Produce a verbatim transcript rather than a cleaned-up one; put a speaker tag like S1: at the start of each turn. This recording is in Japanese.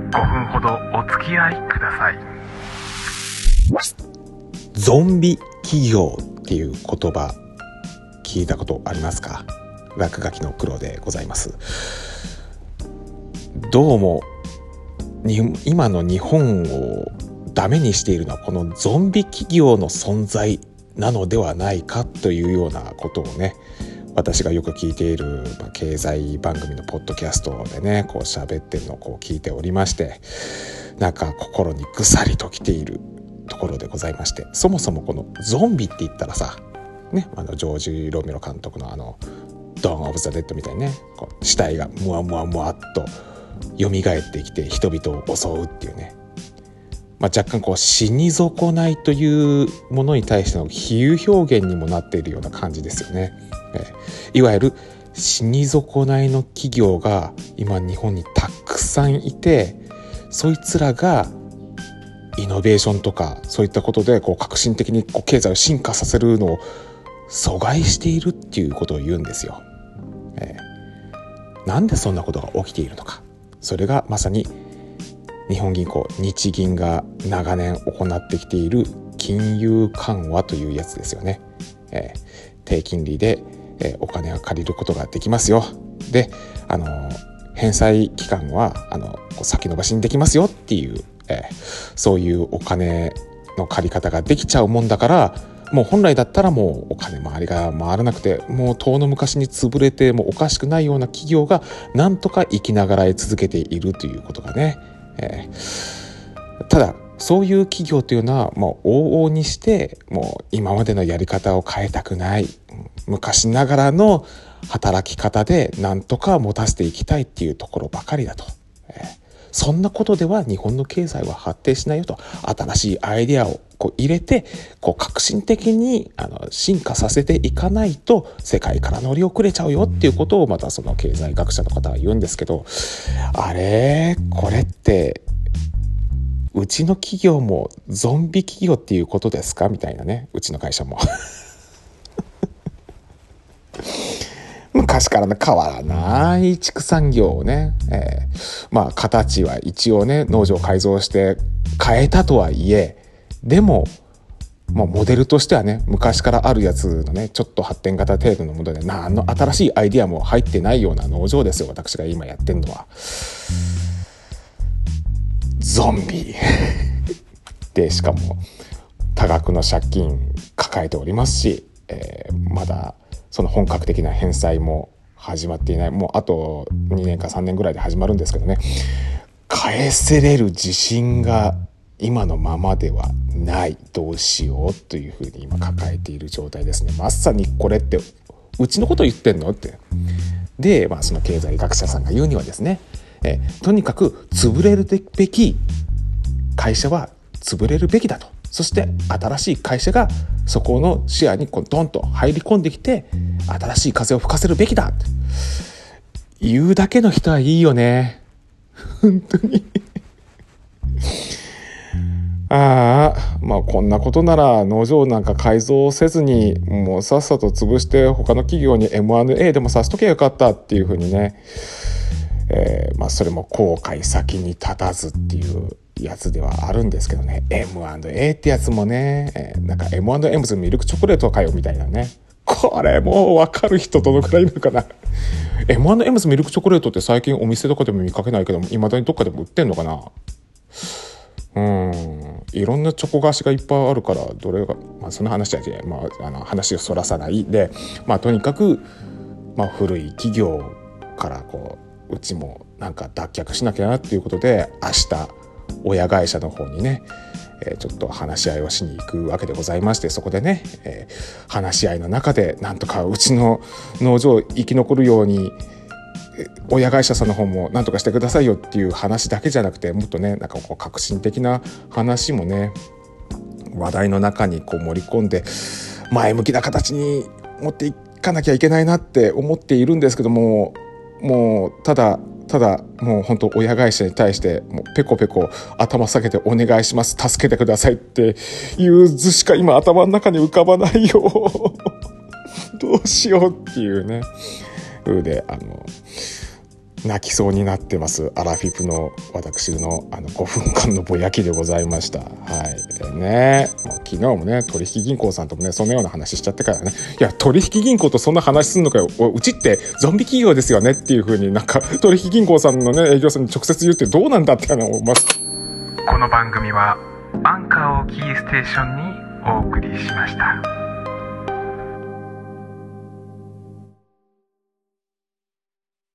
S1: ごふんほどお付き合いください。
S2: ゾンビ企業っていう言葉聞いたことありますか？落書きの黒でございます。どうもに今の日本をダメにしているのはこのゾンビ企業の存在なのではないかというようなことをね、私がよく聞いている、まあ、経済番組のポッドキャストでねこう喋ってるのをこう聞いておりまして、なんか心にぐさりときているところでございまして、そもそもこのゾンビって言ったらさ、ね、あのジョージ・ロメロ監督のあのドーン・オブ・ザ・デッドみたいにね、こう死体がムワムワムワっと蘇ってきて人々を襲うっていうね、まあ、若干こう死に損ないというものに対しての比喩表現にもなっているような感じですよね。えー、いわゆる死に損ないの企業が今日本にたくさんいて、そいつらがイノベーションとかそういったことでこう革新的にこう経済を進化させるのを阻害しているっていうことを言うんですよ。えー、なんでそんなことが起きているのか。それがまさに日本銀行日銀が長年行ってきている金融緩和というやつですよね。えー、低金利で、えー、お金を借りることができますよ。で、あのー、返済期間はあの先延ばしにできますよっていう、えー、そういうお金の借り方ができちゃうもんだから、もう本来だったらもうお金回りが回らなくて、もう遠の昔に潰れてもおかしくないような企業がなんとか生きながらえ続けているということがね、えー、ただそういう企業というのはもう往々にしてもう今までのやり方を変えたくない、昔ながらの働き方でなんとか持たせていきたいっていうところばかりだと。えーそんなことでは日本の経済は発展しないよと、新しいアイデアをこう入れてこう革新的にあの進化させていかないと世界から乗り遅れちゃうよっていうことをまたその経済学者の方は言うんですけど、あれこれってうちの企業もゾンビ企業っていうことですかみたいなね、うちの会社も昔からの変わらない畜産業をね、えー、まあ形は一応ね農場を改造して変えたとはいえ、でも、まあ、モデルとしてはね昔からあるやつのねちょっと発展型程度のもので何の新しいアイディアも入ってないような農場ですよ、私が今やってるのは。ゾンビで、しかも多額の借金抱えておりますし、えー、まだその本格的な返済も始まっていない。もうあとにねんかさんねんぐらいで始まるんですけどね、返せれる自信が今のままではない、どうしようというふうに今抱えている状態ですね。まさにこれってうちのこと言ってんのって。で、まあ、その経済学者さんが言うにはですね、えとにかく潰れるべき会社は潰れるべきだと。そして新しい会社がそこの視野にこうドンと入り込んできて新しい風を吹かせるべきだって言うだけの人はいいよね本当にああ、まあこんなことなら農場なんか改造せずにもうさっさと潰して他の企業に エムアンドエー でもさせとけばよかったっていうふうにね、えー、まあそれも後悔先に立たずっていうやつではあるんですけどね。 エムアンドエー ってやつもね、えー、なんか エムアンドエム ズミルクチョコレートかよみたいなね。これもう分かる人どのくらいいるのかなエムアンドエム ズミルクチョコレートって最近お店とかでも見かけないけど、いまだにどっかでも売ってんのかな。うん、いろんなチョコ菓子がいっぱいあるから、どれが、まあその話は、まあ、あの話をそらさないで、まあとにかく、まあ、古い企業からこううちもなんか脱却しなきゃなっていうことで、明日親会社の方にね、えー、ちょっと話し合いをしに行くわけでございまして、そこでね、えー、話し合いの中でなんとかうちの農場生き残るように親会社さんの方もなんとかしてくださいよっていう話だけじゃなくて、もっとねなんかこう革新的な話もね話題の中にこう盛り込んで前向きな形に持っていかなきゃいけないなって思っているんですけども、もうただただもう本当親会社に対してもうペコペコ頭下げてお願いします、助けてくださいっていう図しか今頭の中に浮かばないよどうしようっていうねで、あの泣きそうになってますアラフィフの私のあのごふんかんのぼやきでございました。はいでね、もう昨日もね取引銀行さんともねそんなような話しちゃってからね、いや取引銀行とそんな話すんのかよ、うちってゾンビ企業ですよねっていう風になんか取引銀行さんのね営業さんに直接言ってどうなんだって思います。
S1: この番組はアンカーをキーステーションにお送りしました。